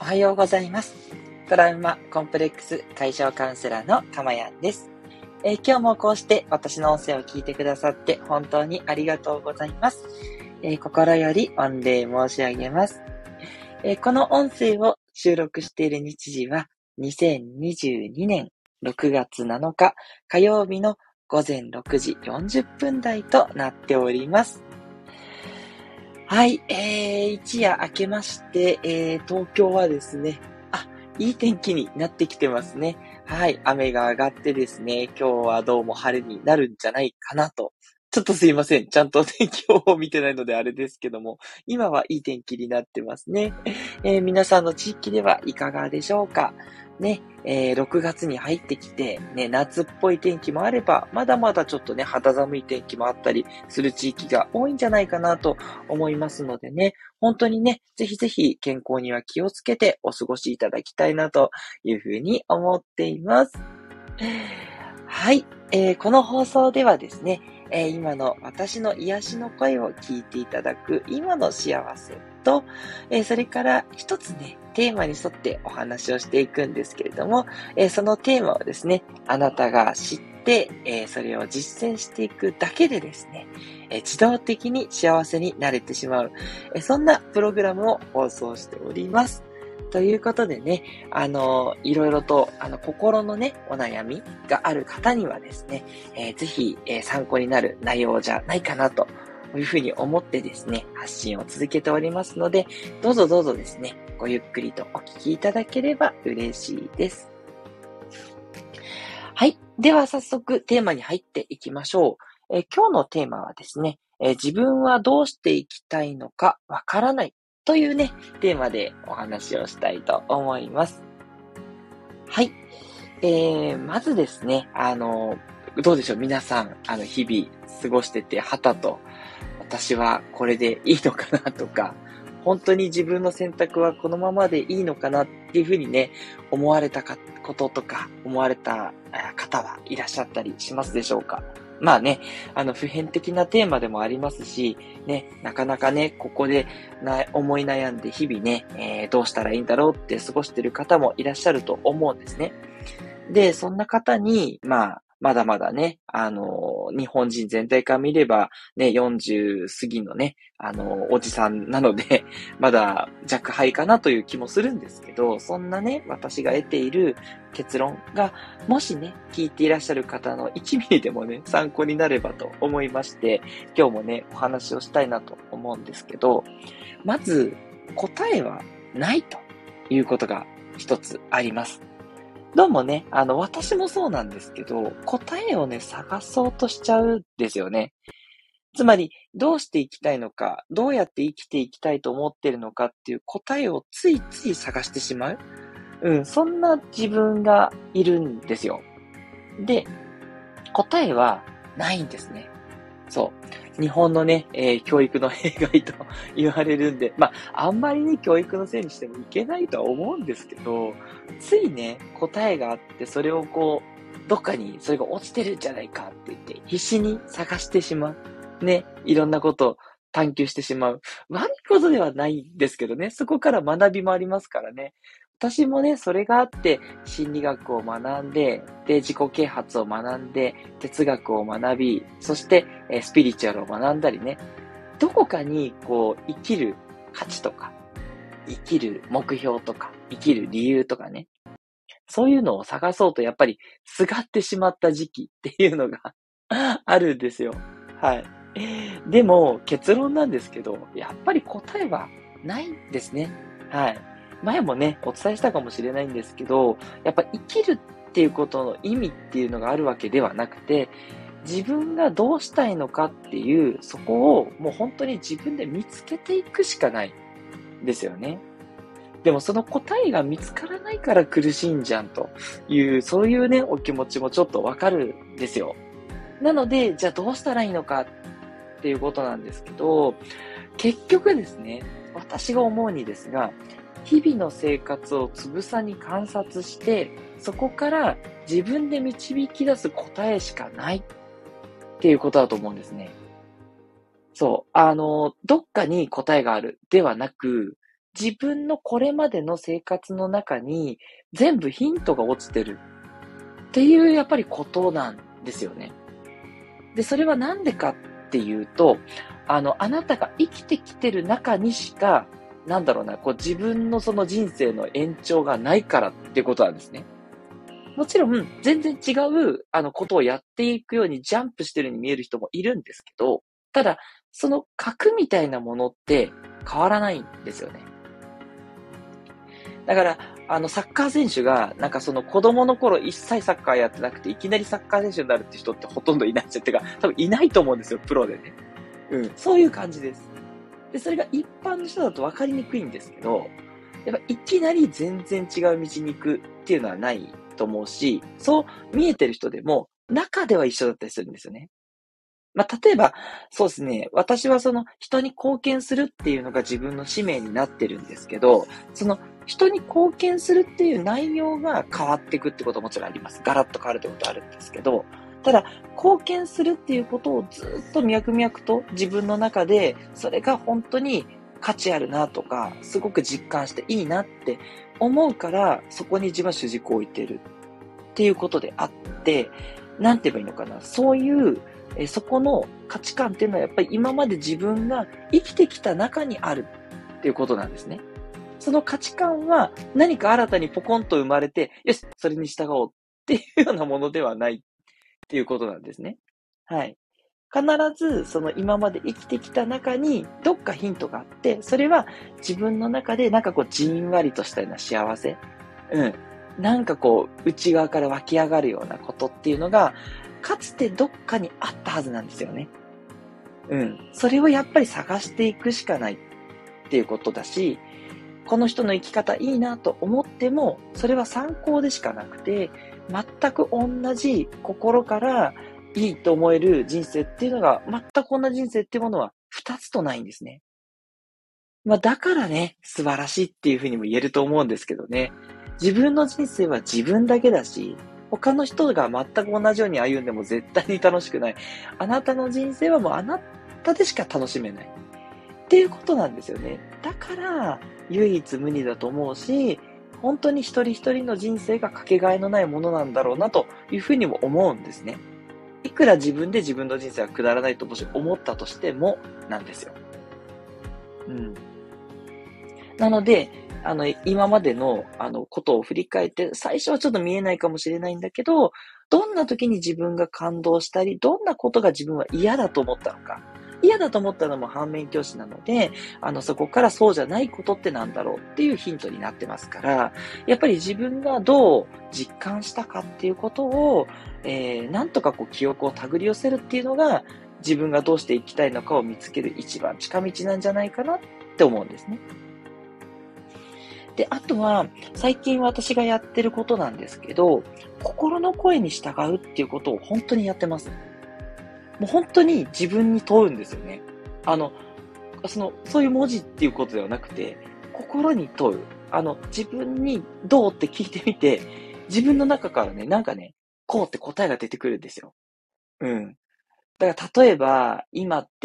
おはようございます。トラウマコンプレックス解消カウンセラーのかまやんです。今日もこうして私の音声を聞いてくださって本当にありがとうございます。心より御礼申し上げます。この音声を収録している日時は2022年6月7日火曜日の午前6時40分台となっております。はい、一夜明けまして、東京はですね、いい天気になってきてますね。はい、雨が上がってですね、今日はどうも晴れになるんじゃないかなと。ちょっとすいません。ちゃんと天気予報を見てないのであれですけども、今はいい天気になってますね。皆さんの地域ではいかがでしょうか。ね、6月に入ってきて、ね、夏っぽい天気もあれば、まだまだちょっとね、肌寒い天気もあったりする地域が多いんじゃないかなと思いますのでね、本当にね、ぜひぜひ健康には気をつけてお過ごしいただきたいなというふうに思っています。はい、この放送ではですね、今の私の癒しの声を聞いていただく今の幸せと、それから一つね、テーマに沿ってお話をしていくんですけれども、そのテーマをですね、あなたが知って、それを実践していくだけでですね、自動的に幸せになれてしまう、そんなプログラムを放送しております。ということでね、いろいろと、心のね、お悩みがある方にはですね、ぜひ、参考になる内容じゃないかなというふうに思ってですね、発信を続けておりますので、どうぞですね、ごゆっくりとお聞きいただければ嬉しいです。はい。では早速テーマに入っていきましょう。今日のテーマはですね、自分はどうしていきたいのかわからないというね、テーマでお話をしたいと思います。はい。まずですね、どうでしょう皆さん、日々過ごしてて、はたと、私はこれでいいのかなとか、本当に自分の選択はこのままでいいのかなっていうふうにね、思われたこととか、思われた方はいらっしゃったりしますでしょうか。まあね、普遍的なテーマでもありますし、ね、なかなかね、ここで思い悩んで日々ね、どうしたらいいんだろうって過ごしている方もいらっしゃると思うんですね。で、そんな方に、まだまだね、日本人全体から見れば、ね、40過ぎのね、おじさんなので、まだ若輩かなという気もするんですけど、そんなね、私が得ている結論が、もしね、聞いていらっしゃる方の1ミリでもね、参考になればと思いまして、今日もね、お話をしたいなと思うんですけど、まず、答えはないということが一つあります。どうもね、私もそうなんですけど、答えをね、探そうとしちゃうんですよね。つまり、どうして生きたいのか、どうやって生きていきたいと思ってるのかっていう答えをついつい探してしまう。そんな自分がいるんですよ。で、答えはないんですね。そう。日本のね、教育の弊害と言われるんで、あんまりね、教育のせいにしてもいけないとは思うんですけど、ついね、答えがあって、それをどっかにそれが落ちてるんじゃないかって言って、必死に探してしまう。ね、いろんなことを探求してしまう。悪いことではないんですけどね、そこから学びもありますからね。私もね、それがあって、心理学を学んで、で、自己啓発を学んで、哲学を学び、そして、スピリチュアルを学んだりね、どこかに、生きる価値とか、生きる目標とか、生きる理由とかね、そういうのを探そうと、やっぱり、すがってしまった時期っていうのがあるんですよ。はい。でも、結論なんですけど、やっぱり答えはないんですね。はい。前もね、お伝えしたかもしれないんですけど、やっぱ生きるっていうことの意味っていうのがあるわけではなくて、自分がどうしたいのかっていう、そこをもう本当に自分で見つけていくしかないんですよね。でもその答えが見つからないから苦しいんじゃんという、そういうね、お気持ちもちょっとわかるんですよ。なので、じゃあどうしたらいいのかっていうことなんですけど、結局ですね、私が思うにですが、日々の生活をつぶさに観察して、そこから自分で導き出す答えしかないっていうことだと思うんですね。そう。どっかに答えがあるではなく、 自分のこれまでの生活の中に全部ヒントが落ちてるっていうやっぱりことなんですよね。で、それはなんでかっていうと、あなたが生きてきてる中にしか、自分のその人生の延長がないからっていうことなんですね。もちろん、全然違う、ことをやっていくようにジャンプしてるように見える人もいるんですけど、ただ、その核みたいなものって変わらないんですよね。だから、サッカー選手が、その子供の頃一切サッカーやってなくて、いきなりサッカー選手になるって人ってほとんどいないっていうか、多分いないと思うんですよ、プロでね。そういう感じです。で、それが一般の人だと分かりにくいんですけど、やっぱいきなり全然違う道に行くっていうのはないと思うし、そう見えてる人でも、中では一緒だったりするんですよね。例えば、そうですね、私はその人に貢献するっていうのが自分の使命になってるんですけど、その人に貢献するっていう内容が変わっていくってことももちろんあります。ガラッと変わるってことはあるんですけど、ただ、貢献するっていうことをずっと脈々と自分の中で、それが本当に価値あるなとか、すごく実感していいなって思うから、そこに自分は主軸を置いてるっていうことであって、なんて言えばいいのかな、そういうそこの価値観っていうのはやっぱり今まで自分が生きてきた中にあるっていうことなんですね。その価値観は何か新たにポコンと生まれて、よし、それに従おうっていうようなものではないっていうことなんですね。はい。必ずその今まで生きてきた中にどっかヒントがあって、それは自分の中でじんわりとしたような幸せ。うん。内側から湧き上がるようなことっていうのが、かつてどっかにあったはずなんですよね。それをやっぱり探していくしかないっていうことだし、この人の生き方いいなと思っても、それは参考でしかなくて、全く同じ心からいいと思える人生っていうのが、全く同じ人生っていうものは二つとないんですね。だからね、素晴らしいっていうふうにも言えると思うんですけどね。自分の人生は自分だけだし、他の人が全く同じように歩んでも絶対に楽しくない。あなたの人生はもうあなたでしか楽しめない。っていうことなんですよね。だから、唯一無二だと思うし、本当に一人一人の人生がかけがえのないものなんだろうなというふうにも思うんですね。いくら自分で自分の人生はくだらないともし思ったとしてもなんですよ。うん。なので、今までの、ことを振り返って、最初はちょっと見えないかもしれないんだけど、どんな時に自分が感動したり、どんなことが自分は嫌だと思ったのか。嫌だと思ったのも反面教師なので、そこからそうじゃないことってなんだろうっていうヒントになってますから、やっぱり自分がどう実感したかっていうことを、なんとか記憶を手繰り寄せるっていうのが、自分がどうして生きたいのかを見つける一番近道なんじゃないかなって思うんですね。で、あとは、最近私がやってることなんですけど、心の声に従うっていうことを本当にやってます。もう本当に自分に問うんですよね。あの、そういう文字っていうことではなくて、心に問う。自分にどうって聞いてみて、自分の中からね、こうって答えが出てくるんですよ。うん。だから例えば、今って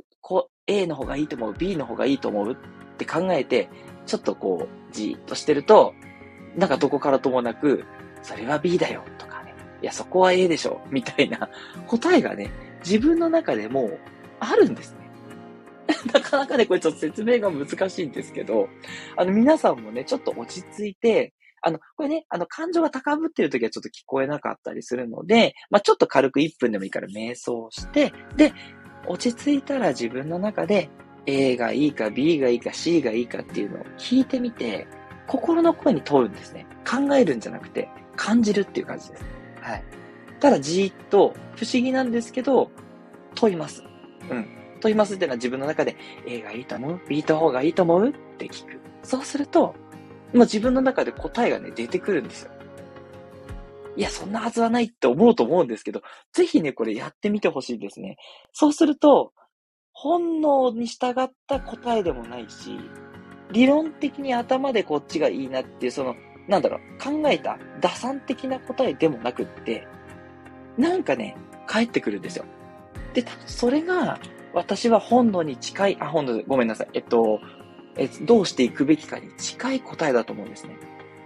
、A の方がいいと思う、B の方がいいと思うって考えて、ちょっとじーっとしてると、どこからともなく、それは B だよとかね、いや、そこは A でしょみたいな答えがね、自分の中でもあるんですね。なかなかね、これちょっと説明が難しいんですけど、皆さんもね、ちょっと落ち着いて、これね、感情が高ぶってる時はちょっと聞こえなかったりするので、ちょっと軽く1分でもいいから瞑想して、で、落ち着いたら自分の中で A がいいか B がいいか C がいいかっていうのを聞いてみて、心の声に問うんですね。考えるんじゃなくて、感じるっていう感じです。はい。ただじーっと、不思議なんですけど、問います。うん。問いますっていうのは自分の中で A がいいと思う ?B の方がいいと思うって聞く。そうすると、もう自分の中で答えがね、出てくるんですよ。いや、そんなはずはないって思うと思うんですけど、ぜひね、これやってみてほしいですね。そうすると、本能に従った答えでもないし、理論的に頭でこっちがいいなっていう、考えた打算的な答えでもなくって、返ってくるんですよ。で、それが、私は本能に近い、ごめんなさい。 どうしていくべきかに近い答えだと思うんですね。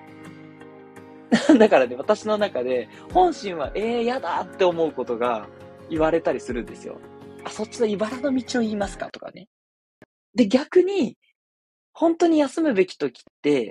だからね、私の中で、本心は、やだって思うことが言われたりするんですよ。そっちの茨の道を言いますかとかね。で、逆に、本当に休むべき時って、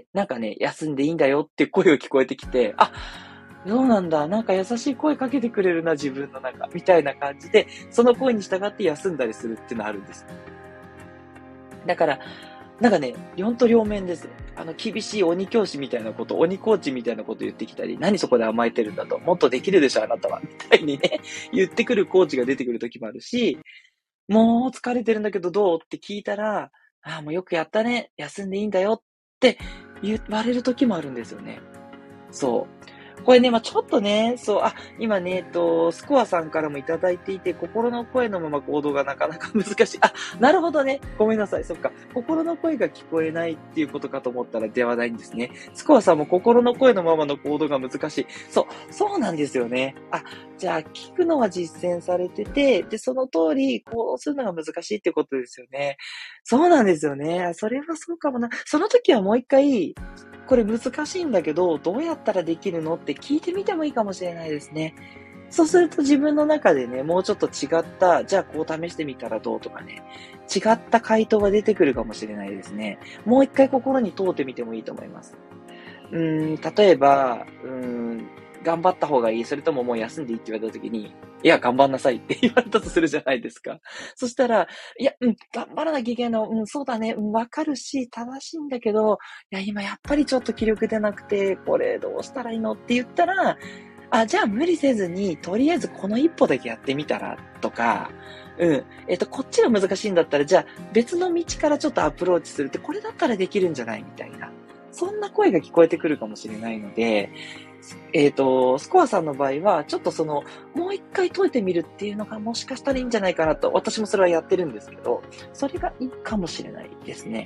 なんかね、休んでいいんだよって声が聞こえてきて、そうなんだ、なんか優しい声かけてくれるな、自分の中、みたいな感じで、その声に従って休んだりするっていうのはあるんです。だから、なんかね、両と両面です。厳しい鬼教師みたいなこと、鬼コーチみたいなこと言ってきたり、何そこで甘えてるんだと、もっとできるでしょ、あなたは、みたいにね、言ってくるコーチが出てくる時もあるし、もう疲れてるんだけどどうって聞いたら、もうよくやったね、休んでいいんだよって言われる時もあるんですよね。そう。これね、ちょっとね、そう、今ね、スコアさんからもいただいていて、心の声のまま行動がなかなか難しい。なるほどね。ごめんなさい。そっか。心の声が聞こえないっていうことかと思ったらではないんですね。スコアさんも心の声のままの行動が難しい。そうなんですよね。じゃあ、聞くのは実践されてて、で、その通り行動するのが難しいってことですよね。そうなんですよね。それはそうかもな。その時はもう一回、これ難しいんだけど、どうやったらできるのって聞いてみてもいいかもしれないですね。そうすると自分の中でね、もうちょっと違った、じゃあこう試してみたらどうとかね、違った回答が出てくるかもしれないですね。もう一回心に通ってみてもいいと思います。例えば、頑張った方がいい、それとももう休んでいいって言われた時に、いや、頑張んなさいって言われたとするじゃないですか。そしたら、いや、頑張らなきゃいけないの、そうだね、わかるし、正しいんだけど、いや、今やっぱりちょっと気力出なくて、これどうしたらいいのって言ったら、じゃあ無理せずに、とりあえずこの一歩だけやってみたら、とか、こっちが難しいんだったら、じゃあ別の道からちょっとアプローチするって、これだったらできるんじゃないみたいな。そんな声が聞こえてくるかもしれないので、スコアさんの場合は、ちょっともう一回解いてみるっていうのがもしかしたらいいんじゃないかなと、私もそれはやってるんですけど、それがいいかもしれないですね。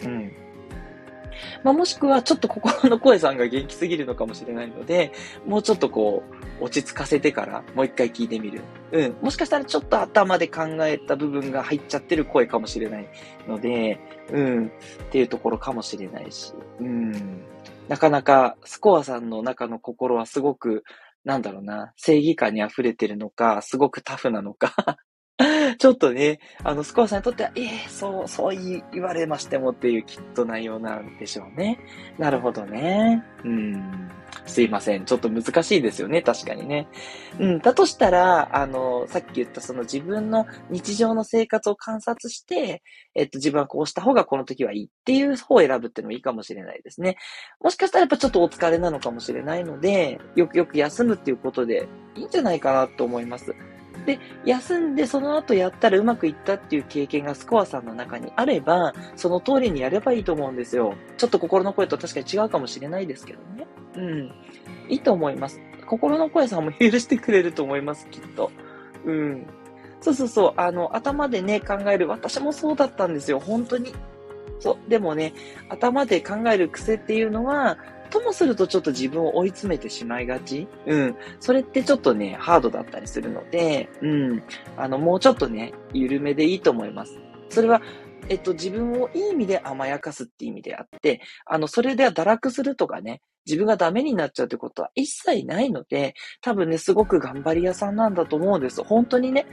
もしくはちょっと心の声さんが元気すぎるのかもしれないので、もうちょっと落ち着かせてからもう一回聞いてみる。もしかしたらちょっと頭で考えた部分が入っちゃってる声かもしれないので、っていうところかもしれないし、なかなかスコアさんの中の心はすごく、正義感に溢れてるのか、すごくタフなのかちょっとね、スコアさんにとっては、そう言われましてもっていうきっと内容なんでしょうね。なるほどね。すいません。ちょっと難しいですよね。確かにね。だとしたら、さっき言ったその自分の日常の生活を観察して、自分はこうした方がこの時はいいっていう方を選ぶっていうのもいいかもしれないですね。もしかしたらやっぱちょっとお疲れなのかもしれないので、よく休むっていうことでいいんじゃないかなと思います。で、休んでその後やったらうまくいったっていう経験がスコアさんの中にあれば、その通りにやればいいと思うんですよ。ちょっと心の声と確かに違うかもしれないですけどね。いいと思います。心の声さんも許してくれると思います、きっと。そう。頭でね、考える。私もそうだったんですよ、本当に。でもね、頭で考える癖っていうのは、ともするとちょっと自分を追い詰めてしまいがち。それってちょっとね、ハードだったりするので、もうちょっとね、緩めでいいと思います。それは、自分をいい意味で甘やかすって意味であって、それでは堕落するとかね、自分がダメになっちゃうってことは一切ないので、多分ね、すごく頑張り屋さんなんだと思うんです。本当にね、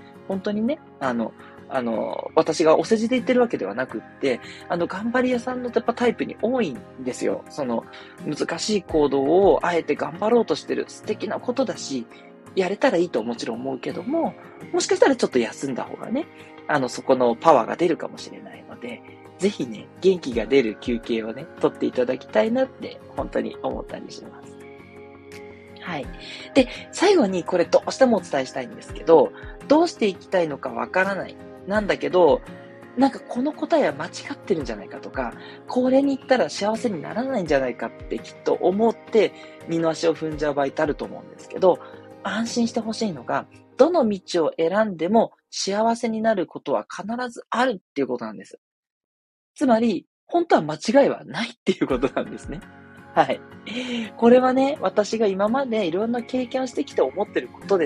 私がお世辞で言ってるわけではなくって、頑張り屋さんのやっぱタイプに多いんですよ。難しい行動をあえて頑張ろうとしてる素敵なことだし、やれたらいいともちろん思うけども、もしかしたらちょっと休んだ方がね、そこのパワーが出るかもしれないので、ぜひね、元気が出る休憩をね、取っていただきたいなって、本当に思ったりします。はい。で、最後にこれどうしてもお伝えしたいんですけど、どうしていきたいのかわからない。なんだけど、なんかこの答えは間違ってるんじゃないかとか、これに行ったら幸せにならないんじゃないかってきっと思って二の足を踏んじゃう場合ってあると思うんですけど、安心してほしいのが、どの道を選んでも幸せになることは必ずあるっていうことなんです。つまり、本当は間違いはないっていうことなんですね。はい。これはね、私が今までいろんな経験をしてきて思ってることです。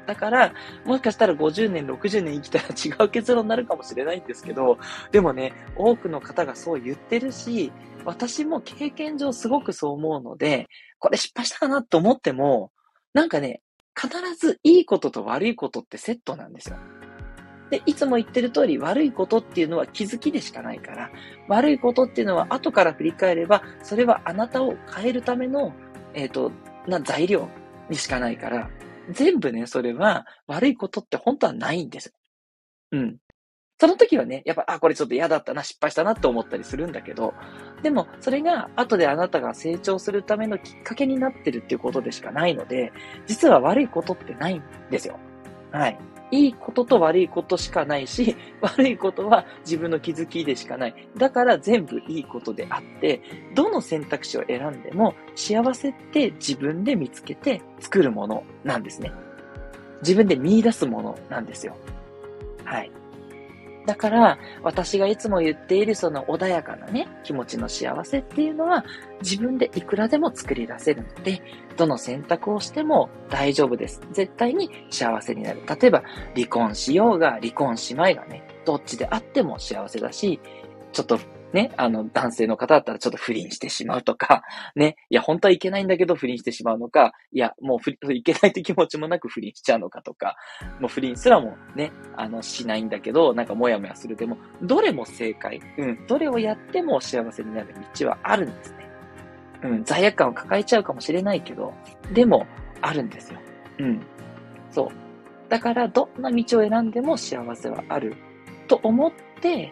だから、もしかしたら50年、60年生きたら違う結論になるかもしれないんですけど、でもね、多くの方がそう言ってるし、私も経験上すごくそう思うので、これ失敗したかなと思っても、なんかね、必ずいいことと悪いことってセットなんですよ。で、いつも言ってる通り、悪いことっていうのは気づきでしかないから、悪いことっていうのは後から振り返れば、それはあなたを変えるための、材料にしかないから、全部ね、それは悪いことって本当はないんです。うん。その時はね、やっぱ、これちょっと嫌だったな、失敗したなって思ったりするんだけど、でも、それが後であなたが成長するためのきっかけになってるっていうことでしかないので、実は悪いことってないんですよ。はい。いいことと悪いことしかないし、悪いことは自分の気づきでしかない。だから全部いいことであって、どの選択肢を選んでも幸せって自分で見つけて作るものなんですね。自分で見出すものなんですよ。はい。だから、私がいつも言っているその穏やかなね、気持ちの幸せっていうのは、自分でいくらでも作り出せるので、どの選択をしても大丈夫です。絶対に幸せになる。例えば、離婚しようが、離婚しまいがね、どっちであっても幸せだし、ちょっとね、男性の方だったらちょっと不倫してしまうとか、ね、いや、本当はいけないんだけど不倫してしまうのか、いや、もういけないって気持ちもなく不倫しちゃうのかとか、もう不倫すらもね、しないんだけど、なんかもやもやするでも、どれも正解。どれをやっても幸せになる道はあるんですね。罪悪感を抱えちゃうかもしれないけど、でも、あるんですよ。そう。だから、どんな道を選んでも幸せはある。と思って、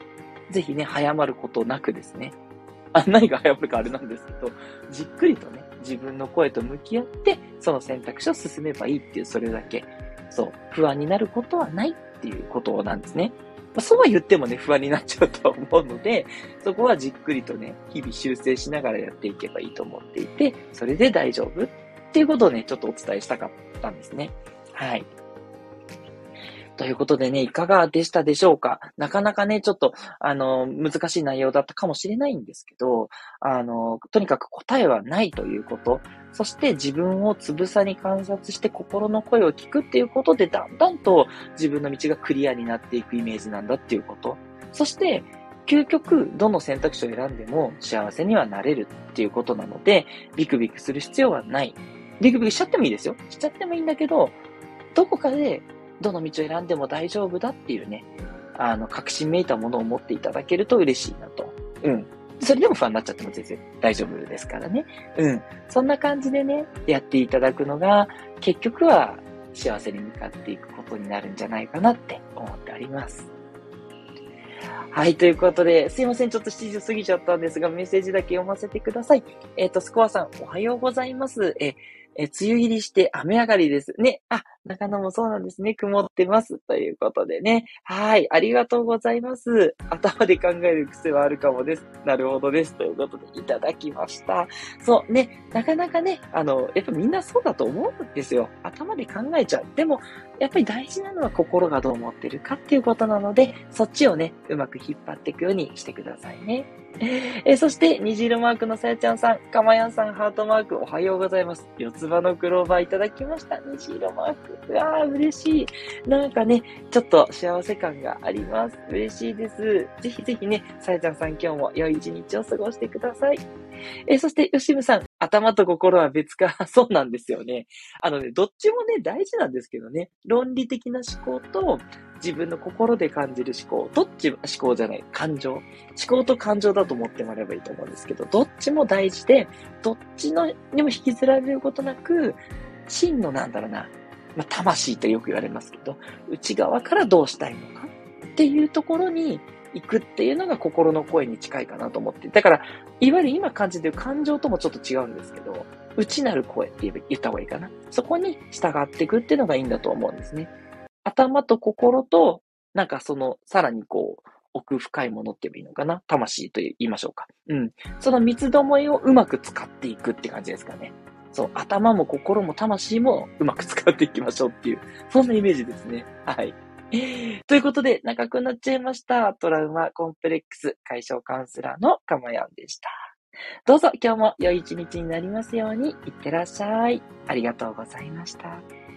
ぜひね、早まることなくですね。何が早まるかあれなんですけど、じっくりとね、自分の声と向き合って、その選択肢を進めばいいっていう、それだけ。そう。不安になることはないっていうことなんですね。そうは言ってもね、不安になっちゃうとは思うので、そこはじっくりとね、日々修正しながらやっていけばいいと思っていて、それで大丈夫っていうことをね、ちょっとお伝えしたかったんですね。はい。ということでね、いかがでしたでしょうか？なかなかね、ちょっと、難しい内容だったかもしれないんですけど、とにかく答えはないということ、そして自分をつぶさに観察して心の声を聞くっていうことで、だんだんと自分の道がクリアになっていくイメージなんだっていうこと。そして、究極、どの選択肢を選んでも幸せにはなれるっていうことなので、ビクビクする必要はない。ビクビクしちゃってもいいですよ。しちゃってもいいんだけど、どこかでどの道を選んでも大丈夫だっていうね、確信めいたものを持っていただけると嬉しいなと。それでも不安になっちゃっても全然大丈夫ですからね。そんな感じでね、やっていただくのが、結局は幸せに向かっていくことになるんじゃないかなって思っております。はい、ということで、すいません、ちょっと7時過ぎちゃったんですが、メッセージだけ読ませてください。スコアさん、おはようございます。梅雨入りして雨上がりです。ね。中野もそうなんですね。曇ってます。ということでね。はい。ありがとうございます。頭で考える癖はあるかもです。なるほどです。ということでいただきました。そうね。なかなかね、やっぱみんなそうだと思うんですよ。頭で考えちゃう。でも、やっぱり大事なのは心がどう思ってるかっていうことなので、そっちをね、うまく引っ張っていくようにしてくださいね。そして、虹色マークのさやちゃんさん、かまやんさん、ハートマーク、おはようございます。四つ葉のクローバーいただきました。虹色マーク。嬉しい。なんかね、ちょっと幸せ感があります。嬉しいです。ぜひぜひね、さやちゃんさん今日も良い一日を過ごしてください。そして、よしむさん、頭と心は別か。そうなんですよね。どっちもね、大事なんですけどね、論理的な思考と、自分の心で感じる思考、どっち、思考じゃない、感情。思考と感情だと思ってもらえばいいと思うんですけど、どっちも大事で、どっちのにも引きずられることなく、真の魂とよく言われますけど、内側からどうしたいのかっていうところに行くっていうのが心の声に近いかなと思って。だから、いわゆる今感じている感情ともちょっと違うんですけど、内なる声って言った方がいいかな。そこに従っていくっていうのがいいんだと思うんですね。頭と心と、さらに奥深いものって言えばいいのかな。魂と言いましょうか。その三つどもえをうまく使っていくって感じですかね。そう、頭も心も魂もうまく使っていきましょうっていう、そんなイメージですね。はい。ということで、長くなっちゃいました。トラウマコンプレックス解消カウンセラーのかまやんでした。どうぞ今日も良い一日になりますように、いってらっしゃい。ありがとうございました。